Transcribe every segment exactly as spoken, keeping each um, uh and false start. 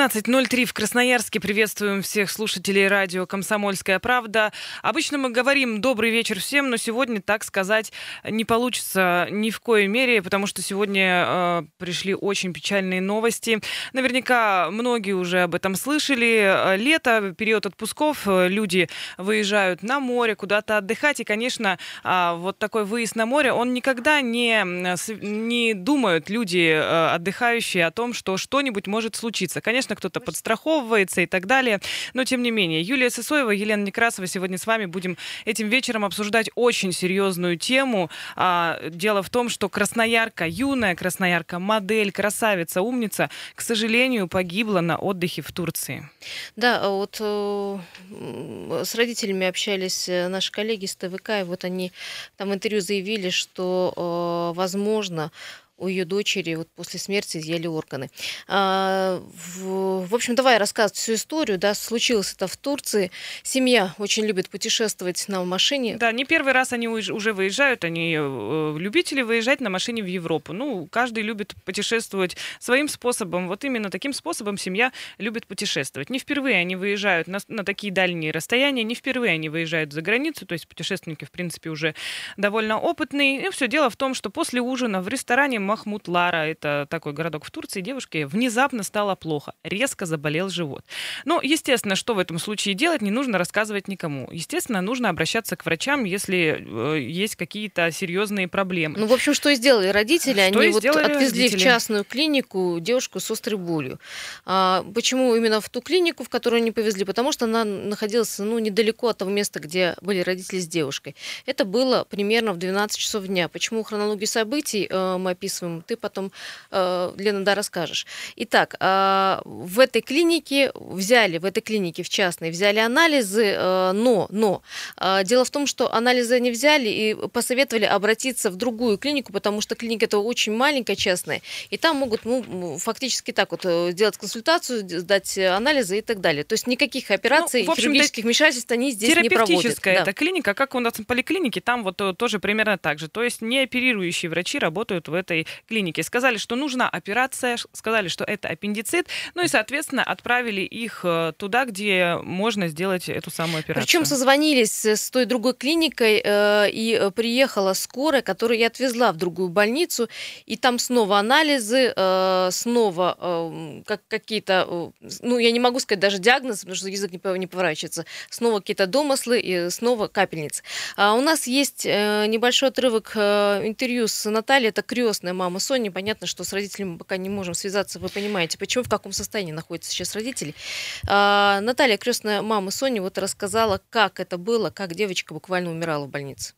двенадцать ноль три в Красноярске. Приветствуем всех слушателей радио «Комсомольская правда». Обычно мы говорим «добрый вечер всем», но сегодня, так сказать, не получится ни в коей мере, потому что сегодня э, пришли очень печальные новости. Наверняка многие уже об этом слышали. Лето, период отпусков, люди выезжают на море, куда-то отдыхать. И, конечно, э, вот такой выезд на море, он никогда не, не думают люди, э, отдыхающие, о том, что что-нибудь может случиться. Конечно, кто-то подстраховывается и так далее, но тем не менее. Юлия Сысоева, Елена Некрасова сегодня с вами будем этим вечером обсуждать очень серьезную тему. А, дело в том, что красноярка, юная красноярка, модель, красавица, умница, к сожалению, погибла на отдыхе в Турции. Да, вот э, с родителями общались наши коллеги с ТВК, и вот они там в интервью заявили, что, э, возможно, у ее дочери вот после смерти изъяли органы. А, в, в общем, давай рассказывать всю историю. Да, случилось это в Турции. Семья очень любит путешествовать на машине. Да, не первый раз они уже выезжают. Они э, любители выезжать на машине в Европу. Ну, каждый любит путешествовать своим способом. Вот именно таким способом семья любит путешествовать. Не впервые они выезжают на, на такие дальние расстояния, не впервые они выезжают за границу. То есть путешественники, в принципе, уже довольно опытные. И все дело в том, что после ужина в ресторане Махмуд Лара, это такой городок в Турции, девушке внезапно стало плохо, резко заболел живот. Ну, естественно, что в этом случае делать, не нужно рассказывать никому. Естественно, нужно обращаться к врачам, если э, есть какие-то серьезные проблемы. Ну, в общем, что и сделали родители, что они вот отвезли родители? в частную клинику девушку с острой болью. А, почему именно в ту клинику, в которую они повезли? Потому что она находилась, ну, недалеко от того места, где были родители с девушкой. Это было примерно в двенадцать часов дня. Почему хронологию событий э, мы описываем? Ты потом, Лена, да, расскажешь. Итак, в этой клинике взяли, в этой клинике, в частной, взяли анализы, но, но дело в том, что анализы не взяли и посоветовали обратиться в другую клинику, потому что клиника это очень маленькая, частная, и там могут, ну, фактически так вот сделать консультацию, сдать анализы и так далее. То есть никаких операций, ну, хирургических вмешательств они здесь не проводят. Терапевтическая эта клиника, как у нас в поликлинике, там вот тоже примерно так же. То есть не оперирующие врачи работают в этой клинике. Сказали, что нужна операция, сказали, что это аппендицит, ну и, соответственно, отправили их туда, где можно сделать эту самую операцию. Причем созвонились с той другой клиникой, э, и приехала скорая, которая и отвезла в другую больницу, и там снова анализы, э, снова э, как, какие-то, э, ну, я не могу сказать даже диагноз, потому что язык не, не поворачивается, снова какие-то домыслы и снова капельницы. А у нас есть э, небольшой отрывок э, интервью с Натальей, это крестная мама Сони. Понятно, что с родителями пока не можем связаться, вы понимаете, почему, в каком состоянии находятся сейчас родители. А, Наталья, крестная мама Сони, вот рассказала, как это было, как девочка буквально умирала в больнице.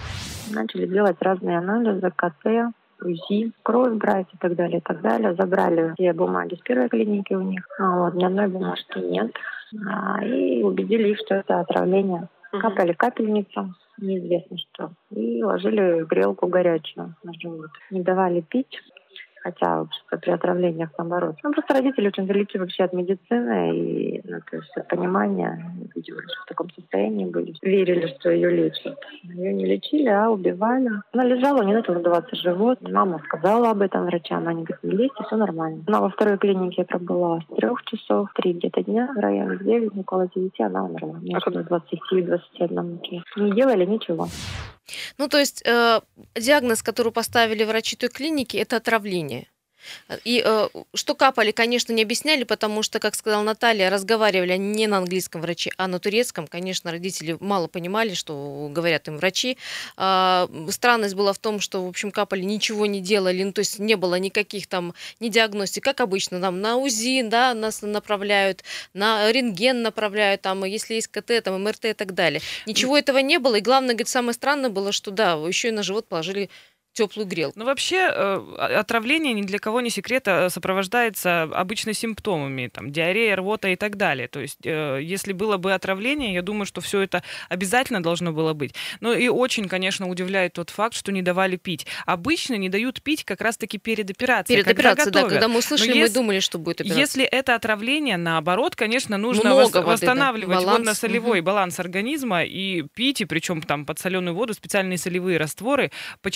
Начали делать разные анализы, КТ, УЗИ, кровь брать и так далее, и так далее. Забрали все бумаги с первой клиники у них, а вот ни одной бумажки нет. А, и убедили их, что это отравление. Угу. Капали капельницу, неизвестно что, и ложили грелку горячую на живот. Не давали пить, хотя при отравлениях наоборот. Ну, просто родители очень далеки вообще от медицины, и, ну, то есть от понимания, видимо, в таком состоянии были. Верили, что ее лечат. Ее не лечили, а убивали. Она лежала, не начал надуваться живот. Мама сказала об этом врачам, они говорят, не лезьте, все нормально. Она во второй клинике пробыла с трех часов, три где-то дня, в районе девяти, около девяти она умерла. Между двадцатью и двадцатью одной ночи. Не делали ничего. Ну, то есть э, диагноз, который поставили врачи той клиники, это отравление. И э, что капали, конечно, не объясняли, потому что, как сказала Наталья, разговаривали не на английском враче, а на турецком. Конечно, родители мало понимали, что говорят им врачи. Э, странность была в том, что, в общем, капали, ничего не делали, ну, то есть не было никаких там, ни диагностик, как обычно, там, на УЗИ, да, нас направляют, на рентген направляют, там, если есть КТ, там, МРТ и так далее. Ничего этого не было, и главное, говорит, самое странное было, что, да, еще и на живот положили теплую грелку. Ну, вообще, э, отравление ни для кого не секрет, сопровождается обычно симптомами, там, диарея, рвота и так далее. То есть, э, если было бы отравление, я думаю, что все это обязательно должно было быть. Но и очень, конечно, удивляет тот факт, что не давали пить. Обычно не дают пить как раз-таки перед операцией. Перед когда операцией, готовят. да, когда мы услышали, Но мы если, думали, что будет операция. Если это отравление, наоборот, конечно, нужно Много вос- воды, восстанавливать да. водно-солевой угу. баланс организма и пить, и причем там под соленую воду специальные солевые растворы. Почему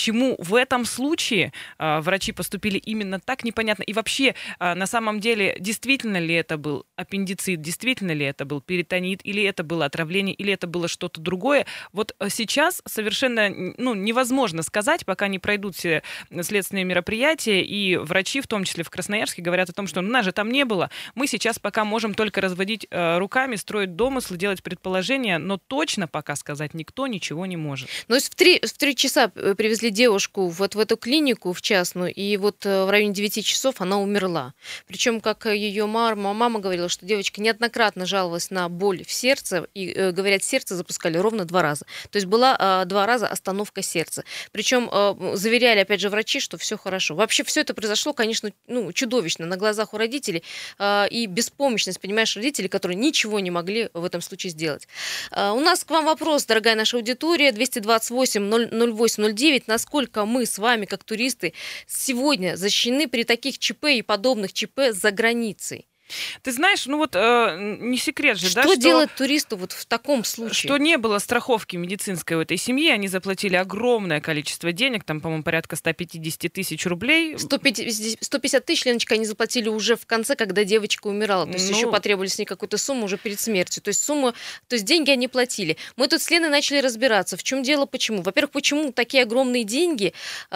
в этом случае э, врачи поступили именно так, непонятно. И вообще, э, на самом деле, действительно ли это был аппендицит, действительно ли это был перитонит, или это было отравление, или это было что-то другое. Вот сейчас совершенно ну, невозможно сказать, пока не пройдут все следственные мероприятия, и врачи, в том числе в Красноярске, говорят о том, что ну, нас же там не было. Мы сейчас пока можем только разводить э, руками, строить домыслы, делать предположения, но точно пока сказать никто ничего не может. Ну, в три, в три часа привезли девушку вот в эту клинику, в частную, и вот в районе девяти часов она умерла. Причем, как ее мама, мама говорила, что девочка неоднократно жаловалась на боль в сердце, и, э, говорят, сердце запускали ровно два раза. То есть была э, два раза остановка сердца. Причем э, заверяли, опять же, врачи, что все хорошо. Вообще все это произошло, конечно, ну, чудовищно на глазах у родителей, э, и беспомощность, понимаешь, родителей, которые ничего не могли в этом случае сделать. Э, у нас к вам вопрос, дорогая наша аудитория, двести двадцать восемь ноль восемь ноль девять. Насколько мы с вами, как туристы, сегодня защищены при таких ЧП и подобных ЧП за границей? Ты знаешь, ну вот э, не секрет же, что да, что... делать туристу вот в таком случае? Что не было страховки медицинской у этой семьи, они заплатили огромное количество денег, там, по-моему, порядка сто пятьдесят тысяч рублей. сто пятьдесят тысяч, Леночка, они заплатили уже в конце, когда девочка умирала. То есть Ну, еще потребовали с ней какую-то сумму уже перед смертью. То есть сумму, то есть деньги они платили. Мы тут с Леной начали разбираться, в чем дело, почему. Во-первых, почему такие огромные деньги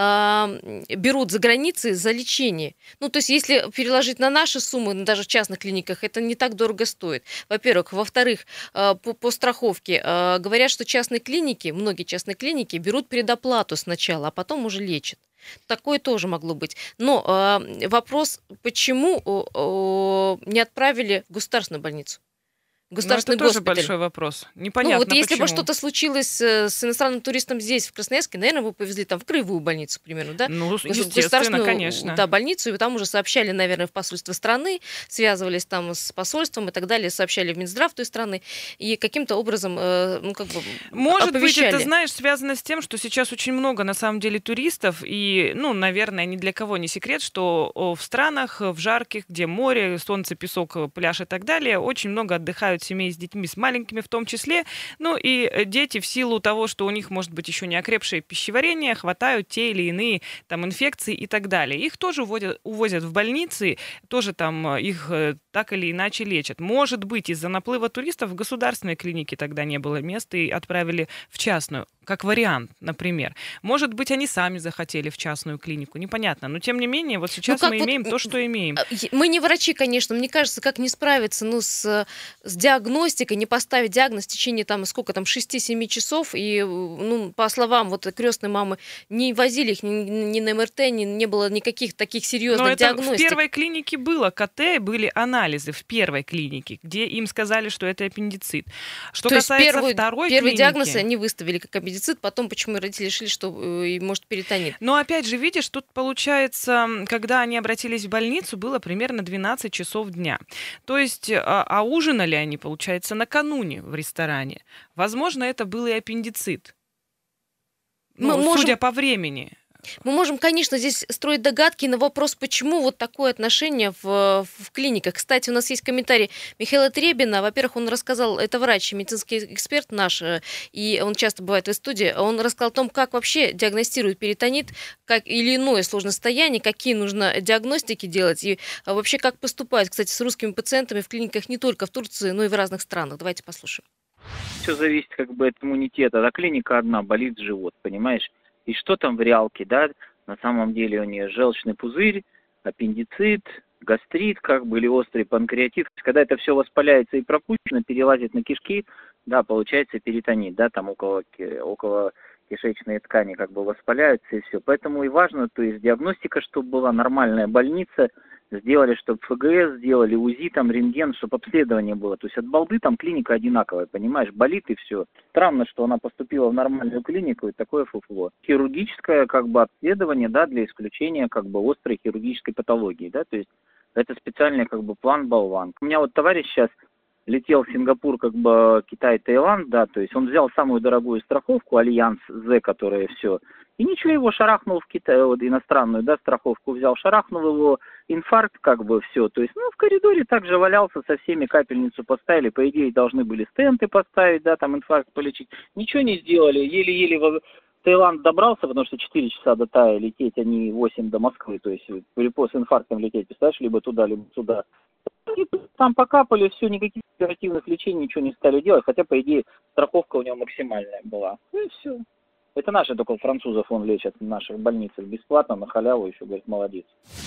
э, берут за границей за лечение? Ну, то есть если переложить на наши суммы, ну, даже в частных клиниках, это не так дорого стоит. Во-первых. Во-вторых, э, по, по страховке э, говорят, что частные клиники, многие частные клиники берут предоплату сначала, а потом уже лечат. Такое тоже могло быть. Но э, вопрос, почему э, не отправили в государственную больницу? Государственный ну, это тоже госпиталь. большой вопрос. Непонятно, Ну вот если почему. бы что-то случилось с иностранным туристом здесь, в Красноярске, наверное, бы повезли там в краевую больницу, к примеру, да? Ну, Гос- естественно, государственную, конечно. да, больницу, и там уже сообщали, наверное, в посольство страны, связывались там с посольством и так далее, сообщали в Минздрав той страны, и каким-то образом, э, ну, как бы Может оповещали. быть, это, знаешь, связано с тем, что сейчас очень много, на самом деле, туристов, и, ну, наверное, ни для кого не секрет, что в странах, в жарких, где море, солнце, песок, пляж и так далее, очень много отдыхают семей с детьми, с маленькими в том числе. Ну и дети в силу того, что у них может быть еще не окрепшее пищеварение, хватают те или иные там инфекции и так далее. Их тоже уводят, увозят в больницы, тоже там их так или иначе лечат. Может быть, из-за наплыва туристов в государственной клинике тогда не было места и отправили в частную, как вариант, например. Может быть, они сами захотели в частную клинику, непонятно. Но тем не менее, вот сейчас ну, мы вот имеем то, что имеем. Мы не врачи, конечно, мне кажется, как не справиться ну, с, с диагностикой, не поставить диагноз в течение там, сколько там, шести-семи часов, и, ну, по словам вот крестной мамы, не возили их ни, ни на эм эр тэ, ни, не было никаких таких серьезных Но это диагностик. в первой клинике было ка тэ, были анализы в первой клинике, где им сказали, что это аппендицит. Что То касается есть первый, второй первый клиники... диагноз они выставили как аппендицит, потом почему родители решили, что э, может перитонит. Но опять же, видишь, тут получается, когда они обратились в больницу, было примерно двенадцать часов дня. То есть, а, а ужинали они, получается, накануне в ресторане. Возможно, это был и аппендицит. Ну, Мы можем... судя по времени. Мы можем, конечно, здесь строить догадки на вопрос, почему вот такое отношение в, в клиниках. Кстати, у нас есть комментарий Михаила Требина. Во-первых, он рассказал, это врач, медицинский эксперт наш, и он часто бывает в студии, он рассказал о том, как вообще диагностируют перитонит, как или иное сложное состояние, какие нужно диагностики делать, и вообще как поступать, кстати, с русскими пациентами в клиниках не только в Турции, но и в разных странах. Давайте послушаем. Все зависит как бы от иммунитета. А клиника одна, болит живот, понимаешь? И что там в реалке, да? На самом деле у нее желчный пузырь, аппендицит, гастрит, как бы, или острый панкреатит. Когда это все воспаляется и пропущено, перелазит на кишки, да, получается перитонит, да, там около, около кишечные ткани как бы воспаляются и все. Поэтому и важно, то есть диагностика, чтобы была нормальная больница, сделали, чтобы эф гэ эс сделали, УЗИ, там, рентген, чтобы обследование было. То есть от балды там клиника одинаковая, понимаешь, болит и все. Странно, что она поступила в нормальную клинику и такое фуфло. Хирургическое, как бы, обследование, да, для исключения, как бы, острой хирургической патологии, да, то есть это специальный, как бы, план-болван. У меня вот товарищ сейчас летел в Сингапур, как бы, Китай, Таиланд, да, то есть он взял самую дорогую страховку, Альянс З, которая все, и ничего, его шарахнул в Китай, вот иностранную, да, страховку взял, шарахнул его, инфаркт, как бы, все, то есть, ну, в коридоре также валялся, со всеми капельницу поставили, по идее, должны были стенты поставить, да, там, инфаркт полечить, ничего не сделали, еле-еле Таиланд добрался, потому что четыре часа до Тая лететь, а не восемь до Москвы. То есть с инфарктом лететь, представляешь, либо туда, либо туда. И там покапали, все, никаких оперативных лечений, ничего не стали делать, хотя, по идее, страховка у него максимальная была. Ну и все. Это наши только французов он лечат в наших больницах бесплатно, на халяву еще, говорит, молодец.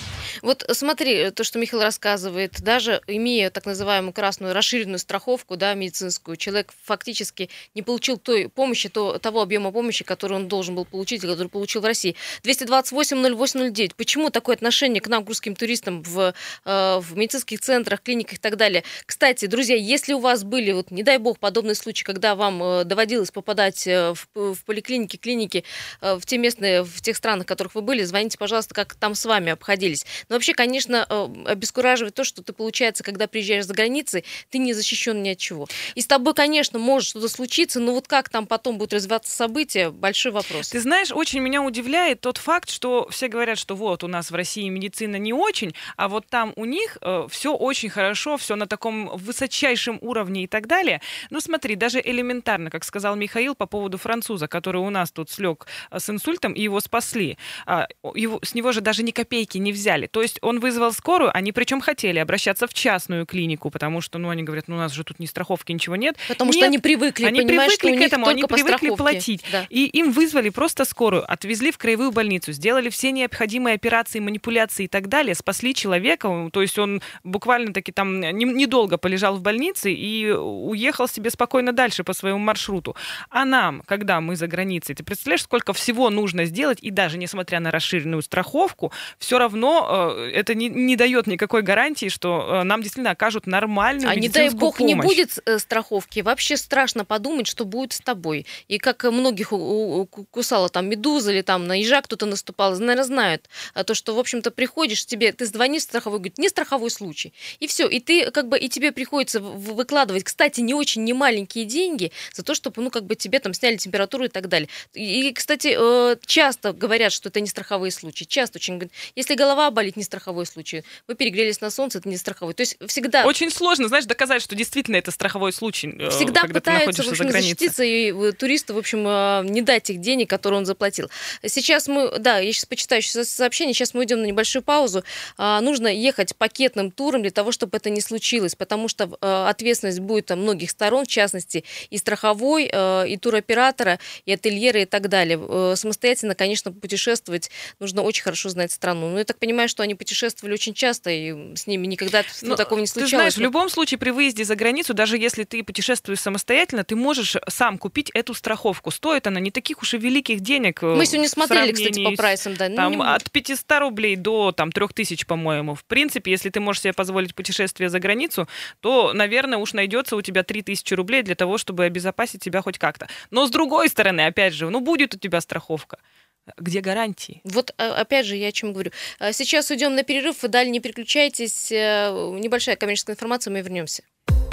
Вот смотри, то, что Михаил рассказывает, даже имея так называемую красную расширенную страховку, да, медицинскую, человек фактически не получил той помощи, то, того объема помощи, который он должен был получить, который получил в России. двести двадцать восемь ноль восемь ноль девять. Почему такое отношение к нам, к русским туристам, в, э, в медицинских центрах, клиниках и так далее? Кстати, друзья, если у вас были, вот, не дай бог, подобные случаи, когда вам э, доводилось попадать в, в поликлиники, клиники, э, в те местные, в тех странах, в которых вы были, звоните, пожалуйста, как там с вами обходились. Но вообще, конечно, обескураживает то, что ты, получается, когда приезжаешь за границей, ты не защищен ни от чего. И с тобой, конечно, может что-то случиться, но вот как там потом будут развиваться события, большой вопрос. Ты знаешь, очень меня удивляет тот факт, что все говорят, что вот у нас в России медицина не очень, а вот там у них э, все очень хорошо, все на таком высочайшем уровне и так далее. Ну смотри, даже элементарно, как сказал Михаил по поводу француза, который у нас тут слег с инсультом, и его спасли. А, его, с него же даже ни копейки не взяли. То есть он вызвал скорую, они причем хотели обращаться в частную клинику, потому что, ну, они говорят, ну, у нас же тут ни страховки, ничего нет. Потому нет, что они привыкли, они понимаешь, привыкли что к этому, они привыкли по платить. Да. И им вызвали просто скорую, отвезли в краевую больницу, сделали все необходимые операции, манипуляции и так далее, спасли человека, то есть он буквально-таки там недолго полежал в больнице и уехал себе спокойно дальше по своему маршруту. А нам, когда мы за границей, ты представляешь, сколько всего нужно сделать, и даже несмотря на расширенную страховку, все равно э, это не, не дает никакой гарантии, что э, нам действительно окажут нормальную а медицинскую не дай бог помощь. Не будет э, страховки, вообще страшно подумать, что будет с тобой. И как многих у, у, кусала там медуза или там на ежа кто-то наступал, наверное, знают. А то, что, в общем-то, приходишь, тебе, ты звонишь в страховой, говорит, не страховой случай. И все. И ты как бы, и тебе приходится выкладывать, кстати, не очень немаленькие деньги за то, чтобы, ну, как бы тебе там сняли температуру и так далее. И, кстати, э, часто говорят, что это не страховые случаи. Часто очень говорят, если голова болит, не страховой случай. Вы перегрелись на солнце, это не страховой. То есть всегда... Очень сложно, знаешь, доказать, что действительно это страховой случай, всегда когда пытаются, ты находишься в общем, за границей. защититься и туристу, в общем, не дать тех денег, которые он заплатил. Сейчас мы, да, я сейчас почитаю сейчас сообщение, сейчас мы идем на небольшую паузу. Нужно ехать пакетным туром для того, чтобы это не случилось, потому что ответственность будет от многих сторон, в частности, и страховой, и туроператора, и ательера, и так далее. Самостоятельно, конечно, путешествовать нужно очень хорошо знать страну. Но я так понимаю, что они путешествовали очень часто, и с ними никогда ну, такого не случалось. Ты знаешь, в любом случае при выезде за границу, даже если ты путешествуешь самостоятельно, ты можешь сам купить эту страховку. Стоит она не таких уж и великих денег. Мы сегодня смотрели, кстати, по прайсам. Да. Там, ну, от пятисот рублей до там, трех тысяч, по-моему. В принципе, если ты можешь себе позволить путешествие за границу, то, наверное, уж найдется у тебя три тысячи рублей для того, чтобы обезопасить тебя хоть как-то. Но с другой стороны, опять же, ну будет у тебя страховка. Где гарантии? Вот опять же я о чем говорю. Сейчас уйдем на перерыв, вы далее не переключайтесь. Небольшая коммерческая информация, мы вернемся.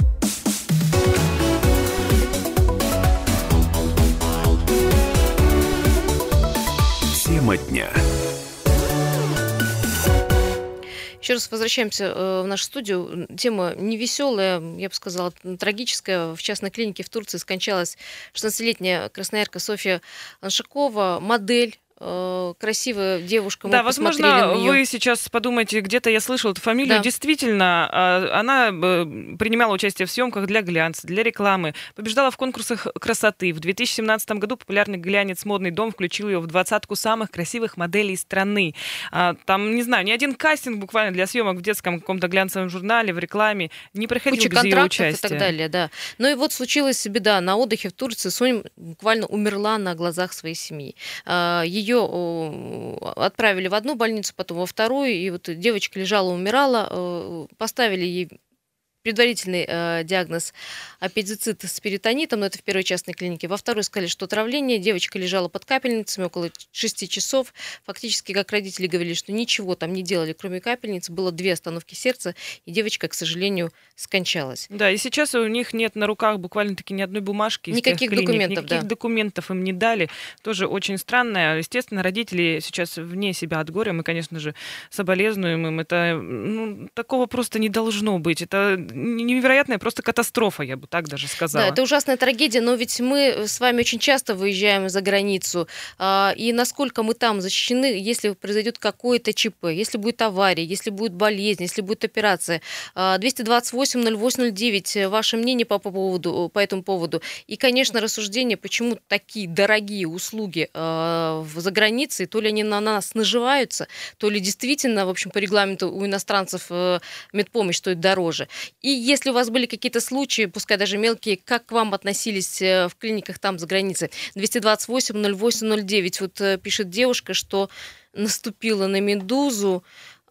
Тема дня. Еще раз возвращаемся в нашу студию. Тема невеселая, я бы сказала, трагическая. В частной клинике в Турции скончалась шестнадцатилетняя красноярка Софья Аншакова, модель. Красивая девушка. Да, возможно, вы сейчас подумаете, где-то я слышала эту фамилию. Да. Действительно, она принимала участие в съемках для глянца, для рекламы, побеждала в конкурсах красоты. В две тысячи семнадцатом году популярный глянец «Модный дом» включил ее в двадцатку самых красивых моделей страны. Там, не знаю, ни один кастинг буквально для съемок в детском каком-то глянцевом журнале, в рекламе не проходил Куча без ее участия. И так далее, да. Ну и вот случилась беда. На отдыхе в Турции Соня буквально умерла на глазах своей семьи. Ее Ее отправили в одну больницу, потом во вторую, и вот девочка лежала, умирала, поставили ей предварительный э, диагноз аппендицит с перитонитом, но это в первой частной клинике. Во второй сказали, что отравление. Девочка лежала под капельницами около шести часов. Фактически, как родители говорили, что ничего там не делали, кроме капельниц. Было две остановки сердца, и девочка, к сожалению, скончалась. Да, и сейчас у них нет на руках буквально-таки ни одной бумажки. Никаких документов, Никаких да. документов им не дали. Тоже очень странно. Естественно, родители сейчас вне себя от горя. Мы, конечно же, соболезнуем им. Это, ну, такого просто не должно быть. Это невероятная просто катастрофа, я бы так даже сказала. Да, это ужасная трагедия, но ведь мы с вами очень часто выезжаем за границу, и насколько мы там защищены, если произойдет какое-то ЧП, если будет авария, если будет болезнь, если будет операция. двести двадцать восемь ноль восемь ноль девять, ваше мнение по, поводу, по этому поводу. И, конечно, рассуждение, почему такие дорогие услуги за границей, то ли они на нас наживаются, то ли действительно, в общем, по регламенту у иностранцев медпомощь стоит дороже. И если у вас были какие-то случаи, пускай даже мелкие, как к вам относились в клиниках там за границей? двести двадцать восемь ноль восемь ноль девять. Вот пишет девушка, что наступила на медузу,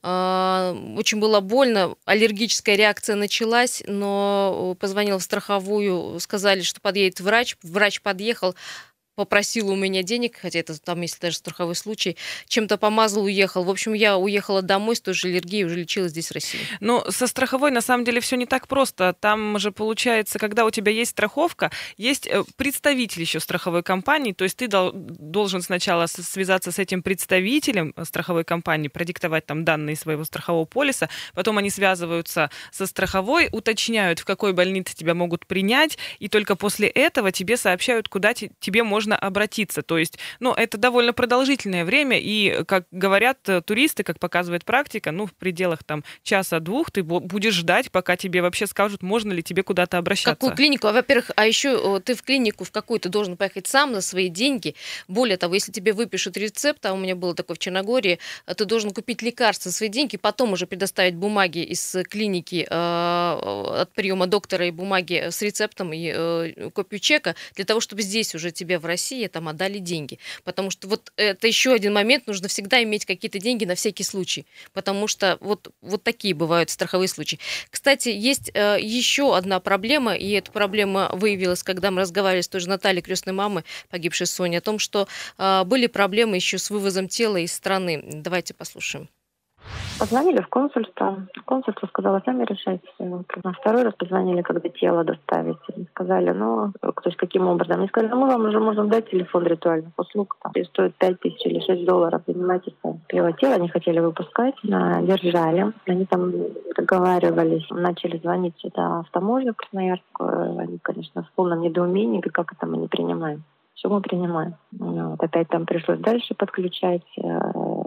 очень было больно, аллергическая реакция началась, но позвонила в страховую, сказали, что подъедет врач, врач подъехал, попросил у меня денег, хотя это там, если даже страховой случай, чем-то помазал, уехал. В общем, я уехала домой с той же аллергией, уже лечилась здесь, в России. Но со страховой, на самом деле, все не так просто. Там же, получается, когда у тебя есть страховка, есть представитель еще страховой компании, то есть ты должен сначала связаться с этим представителем страховой компании, продиктовать там данные своего страхового полиса, потом они связываются со страховой, уточняют, в какой больнице тебя могут принять, и только после этого тебе сообщают, куда тебе можно обратиться. То есть, ну, это довольно продолжительное время, и, как говорят туристы, как показывает практика, ну, в пределах там часа-двух ты будешь ждать, пока тебе вообще скажут, можно ли тебе куда-то обращаться. Какую клинику? А, во-первых, а еще ты в клинику в какую-то должен поехать сам за свои деньги. Более того, если тебе выпишут рецепт, а у меня было такое в Черногории, ты должен купить лекарства за свои деньги, потом уже предоставить бумаги из клиники э, от приема доктора и бумаги с рецептом и э, копию чека, для того, чтобы здесь уже тебе в России там отдали деньги. Потому что вот это еще один момент, нужно всегда иметь какие-то деньги на всякий случай. Потому что вот, вот такие бывают страховые случаи. Кстати, есть э, еще одна проблема, и эта проблема выявилась, когда мы разговаривали с той же Натальей, крестной мамой погибшей Сони, о том, что э, были проблемы еще с вывозом тела из страны. Давайте послушаем. Позвонили в консульство. Консульство сказало, сами решайте. На второй раз позвонили, когда тело доставить. Сказали, ну, то есть каким образом? Они сказали, ну, мы вам уже можем дать телефон ритуальных услуг. Там, стоит пять тысяч или шесть долларов. Понимаете, его тело не хотели выпускать. Держали. Они там договаривались. Начали звонить сюда в таможню Красноярскую. Они, конечно, в полном недоумении, как это мы не принимаем. Все мы принимаем. Вот. Опять там пришлось дальше подключать э,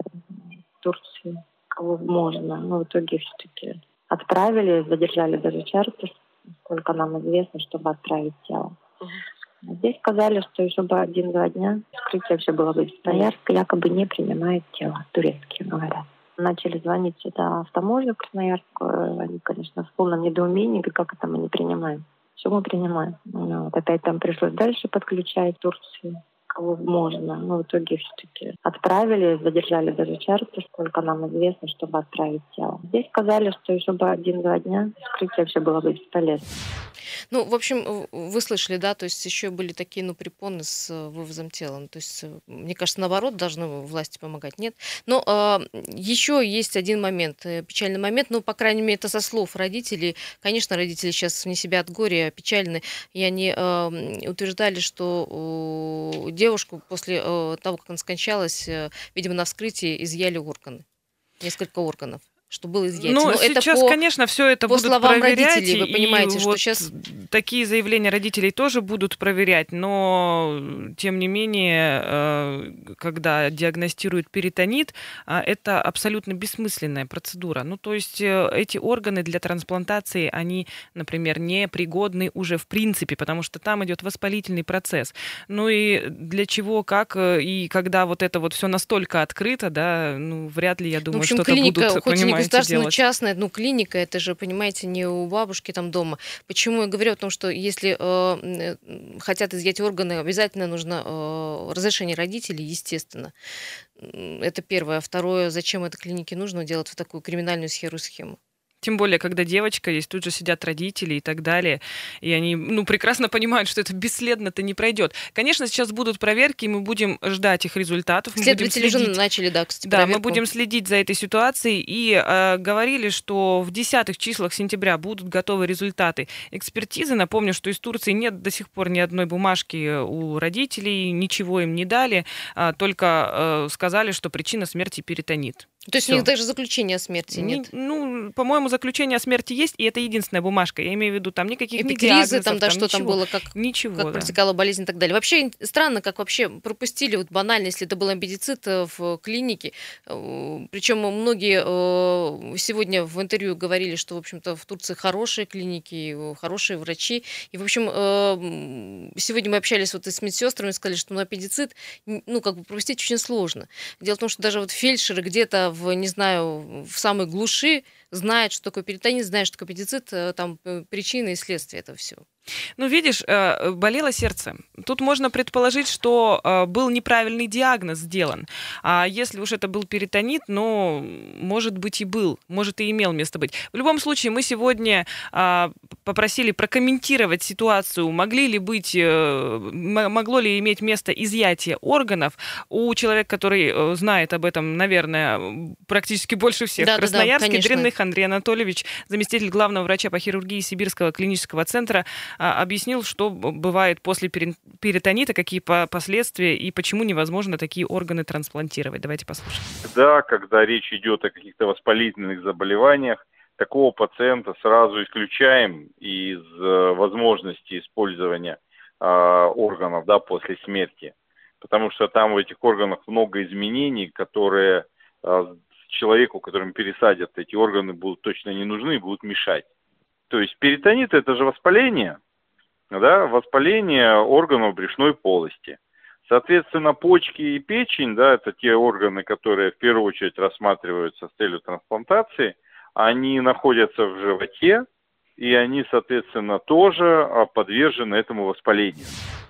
Турцию. Кого можно. Но в итоге все-таки отправили, задержали даже чартер, сколько нам известно, чтобы отправить тело. Uh-huh. Здесь сказали, что еще бы один-два дня вскрытие все было бы. Красноярск якобы не принимает тело, турецкие говорят. Начали звонить сюда в таможню Красноярскую. Они, конечно, в полном недоумении, как это мы не принимаем. Все мы принимаем. Вот. Опять там пришлось дальше подключать Турцию. Кого можно. Но в итоге все-таки отправили, задержали даже чартер, сколько нам известно, чтобы отправить тело. Здесь сказали, что еще бы один-два дня вскрытие все было бы бесполезно. Ну, в общем, вы слышали, да, то есть еще были такие, ну, препоны с вывозом тела. То есть, мне кажется, наоборот, должны власти помогать, нет? Но э, еще есть один момент, печальный момент, ну, по крайней мере, это со слов родителей. Конечно, родители сейчас вне себя от горя печальны, и они э, утверждали, что э, девушку после э, того, как она скончалась, э, видимо, на вскрытии изъяли органы, несколько органов. Что было изъятие. Ну, Но сейчас, это по, конечно, все это по будут словам проверять. Родителей, вы понимаете, и что вот сейчас... такие заявления родителей тоже будут проверять, но, тем не менее, когда диагностируют перитонит, это абсолютно бессмысленная процедура. Ну, то есть эти органы для трансплантации, они, например, не пригодны уже в принципе, потому что там идет воспалительный процесс. Ну и для чего, как и когда вот это вот все настолько открыто, да, ну, вряд ли, я думаю, в общем, что-то клиника, будут, хоть понимаете, государственная, делать. частная, ну, клиника, это же, понимаете, не у бабушки там дома. Почему я говорю о том, что если э, хотят изъять органы, обязательно нужно э, разрешение родителей, естественно. Это первое. Второе, зачем это клинике нужно делать в такую криминальную схему? Тем более, когда девочка есть, тут же сидят родители и так далее. И они, ну, прекрасно понимают, что это бесследно-то не пройдет. Конечно, сейчас будут проверки, и мы будем ждать их результатов. Следователи уже начали, да, кстати, Да, проверку. мы будем следить за этой ситуацией. И э, говорили, что в десятых числах сентября будут готовы результаты экспертизы. Напомню, что из Турции нет до сих пор ни одной бумажки у родителей, ничего им не дали, а только э, сказали, что причина смерти перитонит. То есть Всё. у них даже заключения о смерти Не- нет? ну, по-моему, заключение о смерти есть, и это единственная бумажка. Я имею в виду, там никаких ни Эпикризы, диагнозов, там, да, что там ничего. было, как, Ничего, как да. протекала болезнь и так далее. Вообще ин- странно, как вообще пропустили, вот банально, если это был аппендицит э, в клинике. Причем многие э, сегодня в интервью говорили, что, в общем-то, в Турции хорошие клиники, э, хорошие врачи. И, в общем, э, м, сегодня мы общались вот и с медсестрами, сказали, что ну, аппендицит, н- ну, как бы пропустить очень сложно. Дело в том, что даже вот фельдшеры где-то в, не знаю, в самой глуши знают, что такое перитонит, знают, что такое аппендицит, э, там э, причины и следствия этого всего. Ну, видишь, э, болело сердце. Тут можно предположить, что э, был неправильный диагноз сделан. А если уж это был перитонит, ну, может быть, и был, может, и имел место быть. В любом случае, мы сегодня а, попросили прокомментировать ситуацию, могли ли быть, э, м- могло ли иметь место изъятие органов у человека, который э, знает об этом, наверное, м, практически больше всех. Да-да-да, Красноярске конечно. Дрянных Андрей Анатольевич, заместитель главного врача по хирургии Сибирского клинического центра, а, объяснил, что б- бывает после перин- перитонита, какие по- последствия и почему невозможно такие органы трансплантировать. Давайте послушаем. Да, когда речь идет о каких-то воспалительных заболеваниях, такого пациента сразу исключаем из э, возможности использования э, органов, да, после смерти. Потому что там в этих органах много изменений, которые э, человеку, которым пересадят эти органы, будут точно не нужны и будут мешать. То есть перитонит – это же воспаление, да, воспаление органов брюшной полости. Соответственно, почки и печень, да, это те органы, которые в первую очередь рассматриваются с целью трансплантации, они находятся в животе, и они, соответственно, тоже а, подвержены этому воспалению.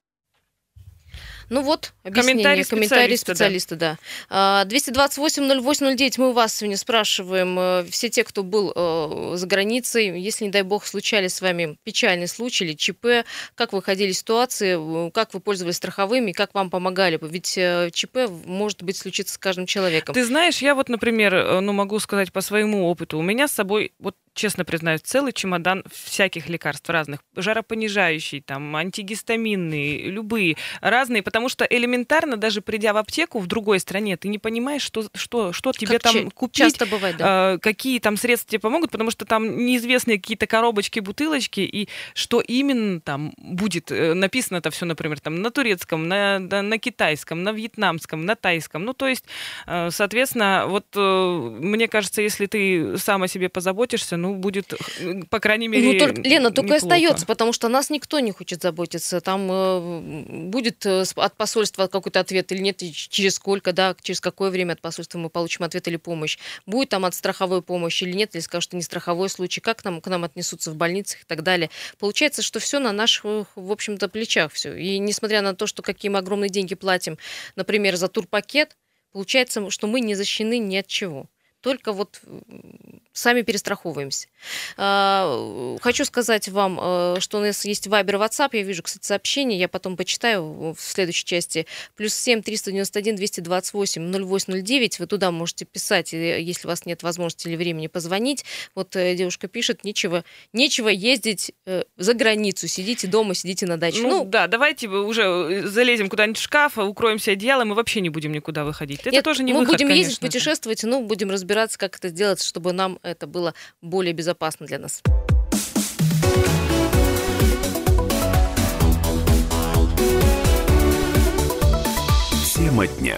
Ну вот, объяснение, Комментарий комментарий специалиста, да. специалиста, да. А, двести двадцать восемь ноль восемь ноль девять, мы у вас сегодня спрашиваем, э, все те, кто был э, за границей, если, не дай бог, случались с вами печальные случаи или ЧП, как вы выходили из ситуации, э, как вы пользовались страховыми, как вам помогали? Ведь э, ЧП может быть случиться с каждым человеком. Ты знаешь, я вот, например, э, ну, могу сказать по своему опыту, у меня с собой, вот честно признаюсь, целый чемодан всяких лекарств разных, жаропонижающие, там, антигистаминные, любые, разные, потому что элементарно, даже придя в аптеку в другой стране, ты не понимаешь, что, что, что тебе Как там ча- купить, часто бывает, да. э, какие там средства тебе помогут, потому что там неизвестные какие-то коробочки, бутылочки, и что именно там будет э, написано это все, например, там на турецком, на, на, на китайском, на вьетнамском, на тайском. Ну, то есть, э, соответственно, вот э, мне кажется, если ты сам о себе позаботишься, ну, будет, э, по крайней мере, Ну, только, Лена, только и неплохо. остается, потому что нас никто не хочет заботиться. Там э, будет э, с- от посольства какой-то ответ или нет, и ч- через сколько, да, через какое время от посольства мы получим ответ или помощь. Будет там от страховой помощи или нет, или скажут, что не страховой случай, как к нам, к нам отнесутся в больницах и так далее. Получается, что все на наших, э, в общем-то, плечах все. И несмотря на то, что какие мы огромные деньги платим, например, за турпакет, получается, что мы не защищены ни от чего. Только вот м, сами перестраховываемся. А, Хочу сказать вам, э, что у нас есть Вайбер, WhatsApp. Я вижу, кстати, сообщение. Я потом почитаю в следующей части. Плюс семь триста девяносто один двести двадцать восемь ноль восемь ноль девять. Вы туда можете писать, и если у вас нет возможности или времени позвонить. Вот э, девушка пишет, нечего, нечего ездить э, за границу. Сидите дома, сидите на даче. Ну, Ну, да, давайте вы уже залезем куда-нибудь в шкаф, укроемся одеялом и вообще не будем никуда выходить. Это нет, тоже не мы выход, будем ездить, конечно, да. путешествовать, но будем разбираться, как это сделать, чтобы нам это было более безопасно для нас. Тема дня.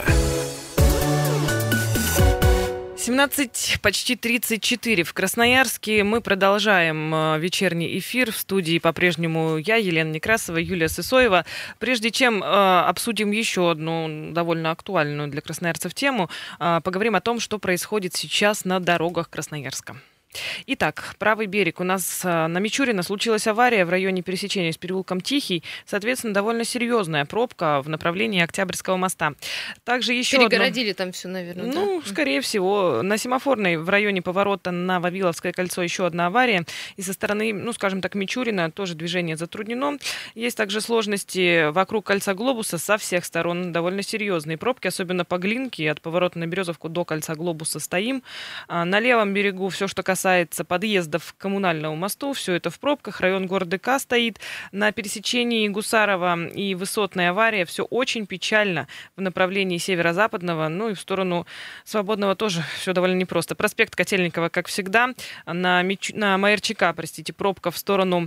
семнадцать, почти тридцать четыре в Красноярске. Мы продолжаем э, вечерний эфир. В студии по-прежнему я, Елена Некрасова, Юлия Сысоева. Прежде чем э, обсудим еще одну довольно актуальную для красноярцев тему, э, поговорим о том, что происходит сейчас на дорогах Красноярска. Итак, правый берег. У нас а, на Мичурина случилась авария в районе пересечения с переулком Тихий. Соответственно, довольно серьезная пробка в направлении Октябрьского моста. Также еще одно... Перегородили там все, наверное, Ну, да? скорее всего. На Семафорной в районе поворота на Вавиловское кольцо еще одна авария. И со стороны, ну, скажем так, Мичурина тоже движение затруднено. Есть также сложности вокруг кольца Глобуса со всех сторон. Довольно серьезные пробки, особенно по Глинке. От поворота на Березовку до кольца Глобуса стоим. А на левом берегу все, что касается касается подъездов к Коммунальному мосту. Все это в пробках. Район города К стоит на пересечении Гусарова и Высотной авария. Все очень печально в направлении северо-западного. Ну и в сторону Свободного тоже все довольно непросто. Проспект Котельникова, как всегда. На, Мич... на Майорчика, простите, пробка в сторону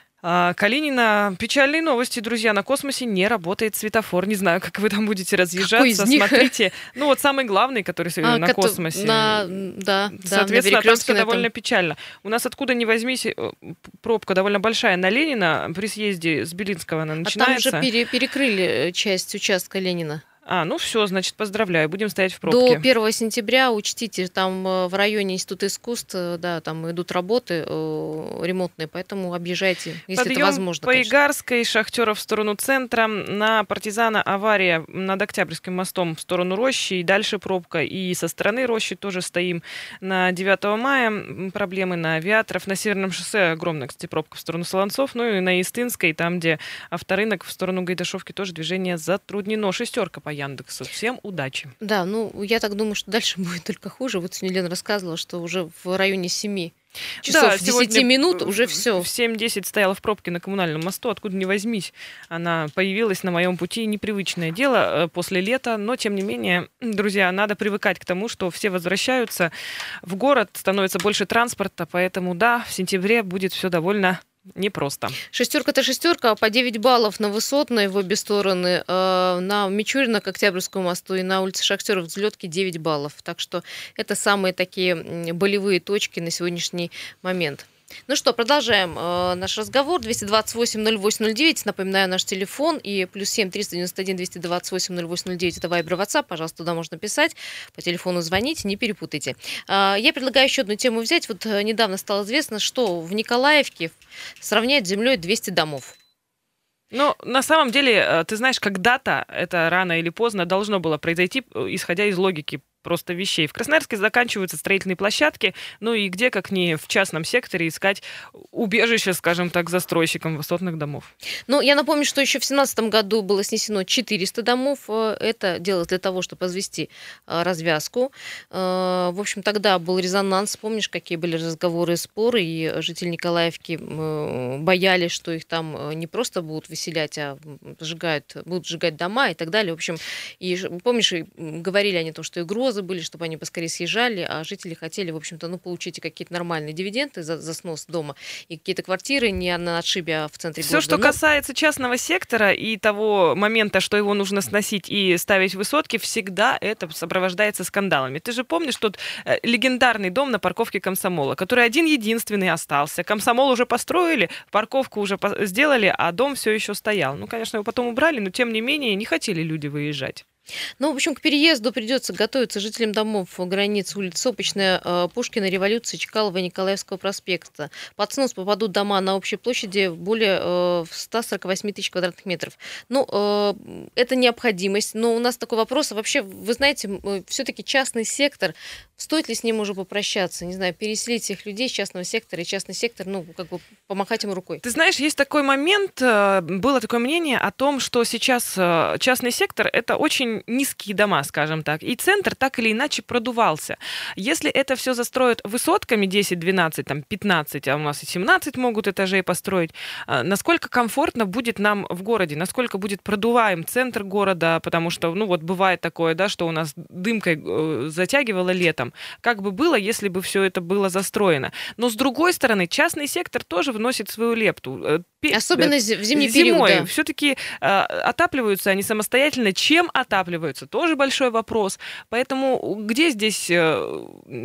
Калинина. Печальные новости, друзья. На Космосе не работает светофор. Не знаю, как вы там будете разъезжаться. Смотрите. Ну, вот самый главный, который а, на Космосе. На, да, Соответственно, да, там довольно печально. У нас откуда ни возьмись, пробка довольно большая на Ленина. При съезде с Белинского она начинается. А там уже пере- перекрыли часть участка Ленина. А, ну все, значит, поздравляю, будем стоять в пробке. До первого сентября, учтите, там в районе Института искусств, да, там идут работы э, ремонтные, поэтому объезжайте, если Подъем это возможно. по конечно. Игарской, Шахтеров в сторону центра, на Партизана авария над Октябрьским мостом в сторону Рощи, и дальше пробка, и со стороны Рощи тоже стоим. На девятого мая проблемы на Авиаторов, на Северном шоссе огромная, кстати, пробка в сторону Солонцов, ну и на Истинской, там, где авторынок, в сторону Гайдашовки тоже движение затруднено. Шестерка по Яндексу. Всем удачи. Да, ну, я так думаю, что дальше будет только хуже. Вот сегодня Лена рассказывала, что уже в районе семи часов, да, десяти минут уже все. В семь десять стояла в пробке на Коммунальном мосту, откуда ни возьмись. Она появилась на моем пути. Непривычное дело после лета, но, тем не менее, друзья, надо привыкать к тому, что все возвращаются в город, становится больше транспорта, поэтому, да, в сентябре будет все довольно непросто. Шестерка это шестерка, а по девять баллов на Высотной в обе стороны, э, на Мичурина к Октябрьскому мосту и на улице Шахтеров взлетки девять баллов. Так что это самые такие болевые точки на сегодняшний момент. Ну что, продолжаем э, наш разговор. двести двадцать восемь ноль восемь ноль девять, напоминаю, наш телефон, и плюс семь триста девяносто один двести двадцать восемь ноль восемь ноль девять, это Вайбер, WhatsApp, пожалуйста, туда можно писать, по телефону звонить, не перепутайте. Э, я предлагаю еще одну тему взять. Вот э, недавно стало известно, что в Николаевке сравняют с землей двести домов. Ну, на самом деле, ты знаешь, когда-то, это рано или поздно, должно было произойти, исходя из логики просто вещей. В Красноярске заканчиваются строительные площадки, ну и где, как не в частном секторе, искать убежище, скажем так, застройщикам высотных домов. Ну, я напомню, что еще в две тысячи семнадцатом году было снесено четыреста домов. Это делалось для того, чтобы возвести развязку. В общем, тогда был резонанс. Помнишь, какие были разговоры и споры, и жители Николаевки боялись, что их там не просто будут выселять, а сжигают, будут сжигать дома и так далее. В общем, и помнишь, говорили они о том, что и угрозы были, чтобы они поскорее съезжали, а жители хотели, в общем-то, ну, получить какие-то нормальные дивиденды за, за снос дома и какие-то квартиры не на отшибе, а в центре Все, города. что Но... касается частного сектора и того момента, что его нужно сносить и ставить высотки, всегда это сопровождается скандалами. Ты же помнишь тот э, легендарный дом на парковке Комсомола, который один-единственный остался. Комсомол уже построили, парковку уже по- сделали, а дом все еще стоял. Ну, конечно, его потом убрали, но, тем не менее, не хотели люди выезжать. Ну, в общем, к переезду придется готовиться жителям домов границ улиц Сопочная, Пушкина, Революции, Чкалова и Николаевского проспекта. Под снос попадут дома на общей площади более ста сорока восьми тысяч квадратных метров. Ну, это необходимость, но у нас такой вопрос. Вообще, вы знаете, все-таки частный сектор, стоит ли с ним уже попрощаться? Не знаю, переселить всех людей с частного сектора и частный сектор, ну, как бы помахать ему рукой. Ты знаешь, есть такой момент, было такое мнение о том, что сейчас частный сектор — это очень низкие дома, скажем так, и центр так или иначе продувался. Если это все застроят высотками десять, двенадцать, там, пятнадцать, а у нас и семнадцать могут этажей построить, насколько комфортно будет нам в городе, насколько будет продуваем центр города, потому что, ну, вот бывает такое, да, что у нас дымкой затягивало летом. Как бы было, если бы все это было застроено? Но, с другой стороны, частный сектор тоже вносит свою лепту. Особенно в зимний зимой. период, да. Все-таки э, отапливаются они самостоятельно. Чем отапливаются? Тоже большой вопрос. Поэтому где здесь э,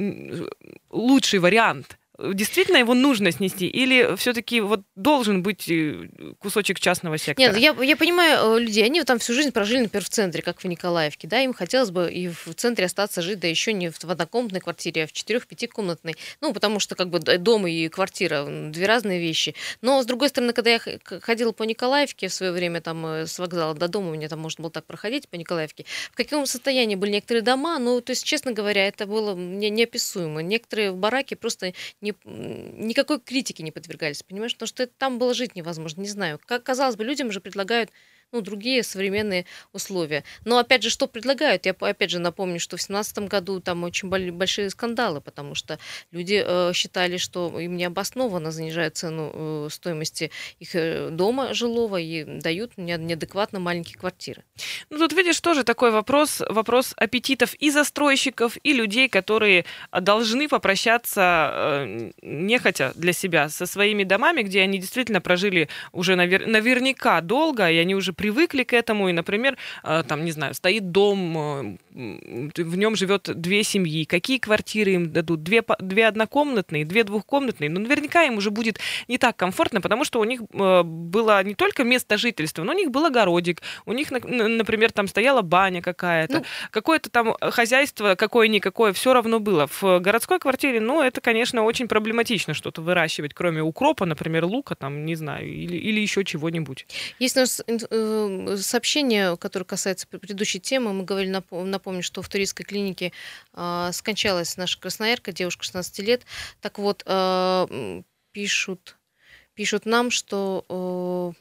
лучший вариант? Действительно его нужно снести? Или все-таки вот должен быть кусочек частного сектора? Нет, я, я понимаю людей, они там всю жизнь прожили, например, в центре, как в Николаевке, да, им хотелось бы и в центре остаться жить, да еще не в однокомнатной квартире, а в четырех-пятикомнатной, ну, потому что как бы дом и квартира две разные вещи. Но, с другой стороны, когда я ходила по Николаевке в свое время, там, с вокзала до дома, у меня там можно было так проходить по Николаевке, в каком состоянии были некоторые дома, ну, то есть, честно говоря, это было не, неописуемо. Некоторые бараки просто не, никакой критики не подвергались, понимаешь? Потому что там было жить невозможно, не знаю. Как казалось бы, людям уже предлагают ну, другие современные условия. Но, опять же, что предлагают? Я, опять же, напомню, что в две тысячи семнадцатом году там очень большие скандалы, потому что люди э, считали, что им необоснованно занижают цену э, стоимости их э, дома жилого и дают не, неадекватно маленькие квартиры. Ну, тут, видишь, тоже такой вопрос, вопрос аппетитов и застройщиков, и людей, которые должны попрощаться э, нехотя для себя со своими домами, где они действительно прожили уже навер- наверняка долго, и они уже привыкли к этому, и, например, э, там, не знаю, стоит дом, э, в нем живет две семьи, какие квартиры им дадут? Две, две однокомнатные, две двухкомнатные, но наверняка им уже будет не так комфортно, потому что у них э, было не только место жительства, но у них был огородик, у них, например, там стояла баня какая-то, ну, какое-то там хозяйство какое-никакое, все равно было. В городской квартире, ну, это, конечно, очень проблематично что-то выращивать, кроме укропа, например, лука, там, не знаю, или, или еще чего-нибудь. Есть у нас э, сообщение, которое касается предыдущей темы. Мы говорили, напомню, что в туристской клинике э, скончалась наша красноярка, девушка шестнадцати лет. Так вот, э, пишут, пишут нам, что... Э,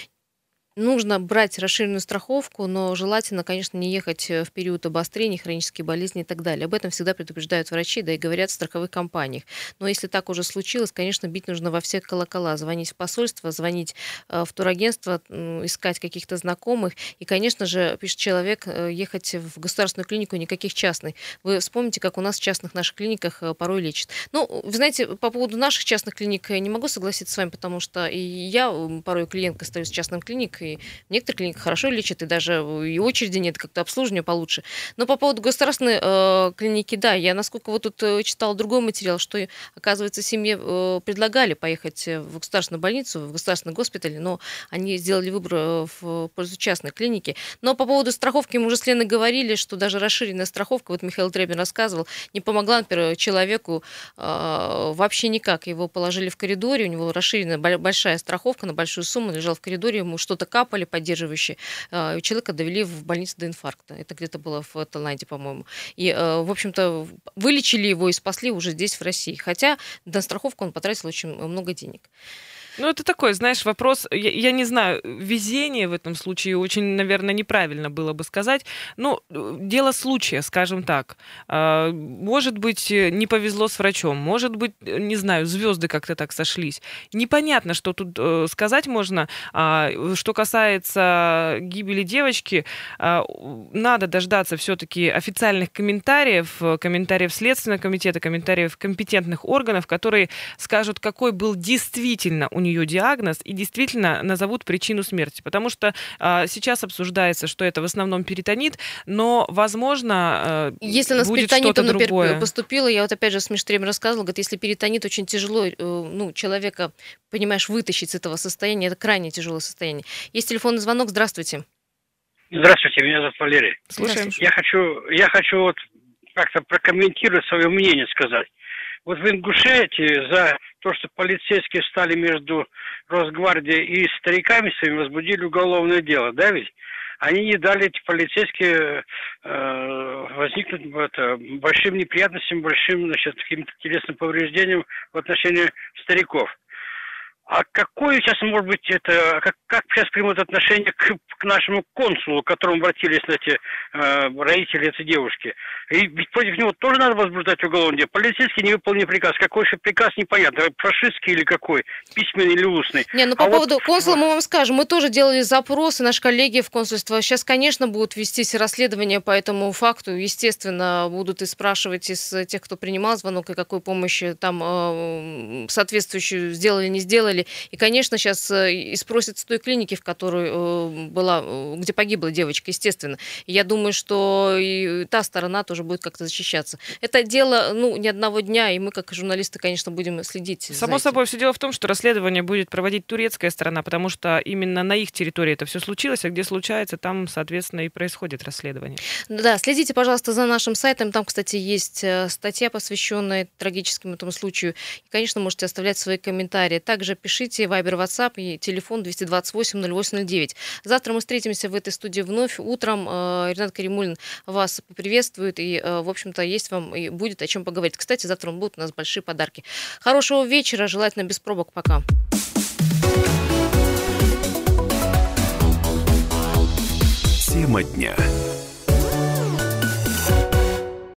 нужно брать расширенную страховку, но желательно, конечно, не ехать в период обострений, хронические болезни и так далее. Об этом всегда предупреждают врачи, да и говорят в страховых компаниях. Но если так уже случилось, конечно, бить нужно во все колокола, звонить в посольство, звонить в турагентство, искать каких-то знакомых. И, конечно же, пишет человек, ехать в государственную клинику, никаких частных. Вы вспомните, как у нас в частных наших клиниках порой лечат. Ну, вы знаете, по поводу наших частных клиник я не могу согласиться с вами, потому что и я порой клиенткой остаюсь в частном клинике, и в некоторых клиниках хорошо лечат, и даже и очереди нет, как-то обслуживание получше. Но по поводу государственной э, клиники, да, я, насколько вот тут э, читала другой материал, что, оказывается, семье э, предлагали поехать в государственную больницу, в государственный госпиталь, но они сделали выбор в пользу частной клиники. Но по поводу страховки мы уже с Леной говорили, что даже расширенная страховка, вот Михаил Требин рассказывал, не помогла, например, человеку э, вообще никак. Его положили в коридоре, у него расширенная большая страховка на большую сумму, лежал в коридоре, ему что-то капали поддерживающие, и человека довели в больницу до инфаркта. Это где-то было в Таиланде, по-моему. И, в общем-то, вылечили его и спасли уже здесь, в России. Хотя на страховку он потратил очень много денег. Ну, это такой, знаешь, вопрос, я, я не знаю, везение в этом случае очень, наверное, неправильно было бы сказать. Ну, дело случая, скажем так. Может быть, не повезло с врачом, может быть, не знаю, звезды как-то так сошлись. Непонятно, что тут сказать можно. Что касается гибели девочки, надо дождаться все-таки официальных комментариев, комментариев Следственного комитета, комментариев компетентных органов, которые скажут, какой был действительно у нее диагноз и действительно назовут причину смерти. Потому что а, сейчас обсуждается, что это в основном перитонит, но, возможно, а, если она будет с перитонитом, что-то например, другое. Поступила, я вот опять же с Миштрем рассказывала, говорит, если перитонит, очень тяжело ну, человека, понимаешь, вытащить с этого состояния, это крайне тяжелое состояние. Есть телефонный звонок, здравствуйте. Здравствуйте, меня зовут Валерий. Слушаем. Я хочу, я хочу вот как-то прокомментировать свое мнение, сказать. Вот вы ингушаете за то, что полицейские стали между Росгвардией и стариками своими, возбудили уголовное дело, да ведь? Они не дали, эти полицейские, э, возникнуть это, большим неприятностям, большим, значит, каким-то телесным повреждением в отношении стариков. А какое сейчас, может быть, это, как, как сейчас примут отношение к, к нашему консулу, к которому обратились эти э, родители этой девушки? И ведь против него тоже надо возбуждать уголовное дело. Полицейский не выполнил приказ. Какой же приказ, непонятно. Фашистский или какой? Письменный или устный? Не, ну по а поводу вот... консула мы вам скажем. Мы тоже делали запросы, наши коллеги в консульство. Сейчас, конечно, будут вестись расследования по этому факту. Естественно, будут и спрашивать из тех, кто принимал звонок, и какой помощи там э, соответствующую сделали, не сделали. И, конечно, сейчас и спросят с той клиники, в которой была, где погибла девочка, естественно. И я думаю, что и та сторона тоже будет как-то защищаться. Это дело, ну, не одного дня, и мы, как журналисты, конечно, будем следить. Само собой, все дело в том, что расследование будет проводить турецкая сторона, потому что именно на их территории это все случилось, а где случается, там, соответственно, и происходит расследование. Да, следите, пожалуйста, за нашим сайтом. Там, кстати, есть статья, посвященная трагическому этому случаю. И, конечно, можете оставлять свои комментарии. Также пишите Вайбер, Ватсап и телефон двести двадцать восемь ноль восемь ноль девять. Завтра мы встретимся в этой студии вновь. Утром Ренат Каримуллин вас поприветствует. И, в общем-то, есть вам и будет о чем поговорить. Кстати, завтра будут у нас большие подарки. Хорошего вечера. Желательно без пробок. Пока. Тема дня.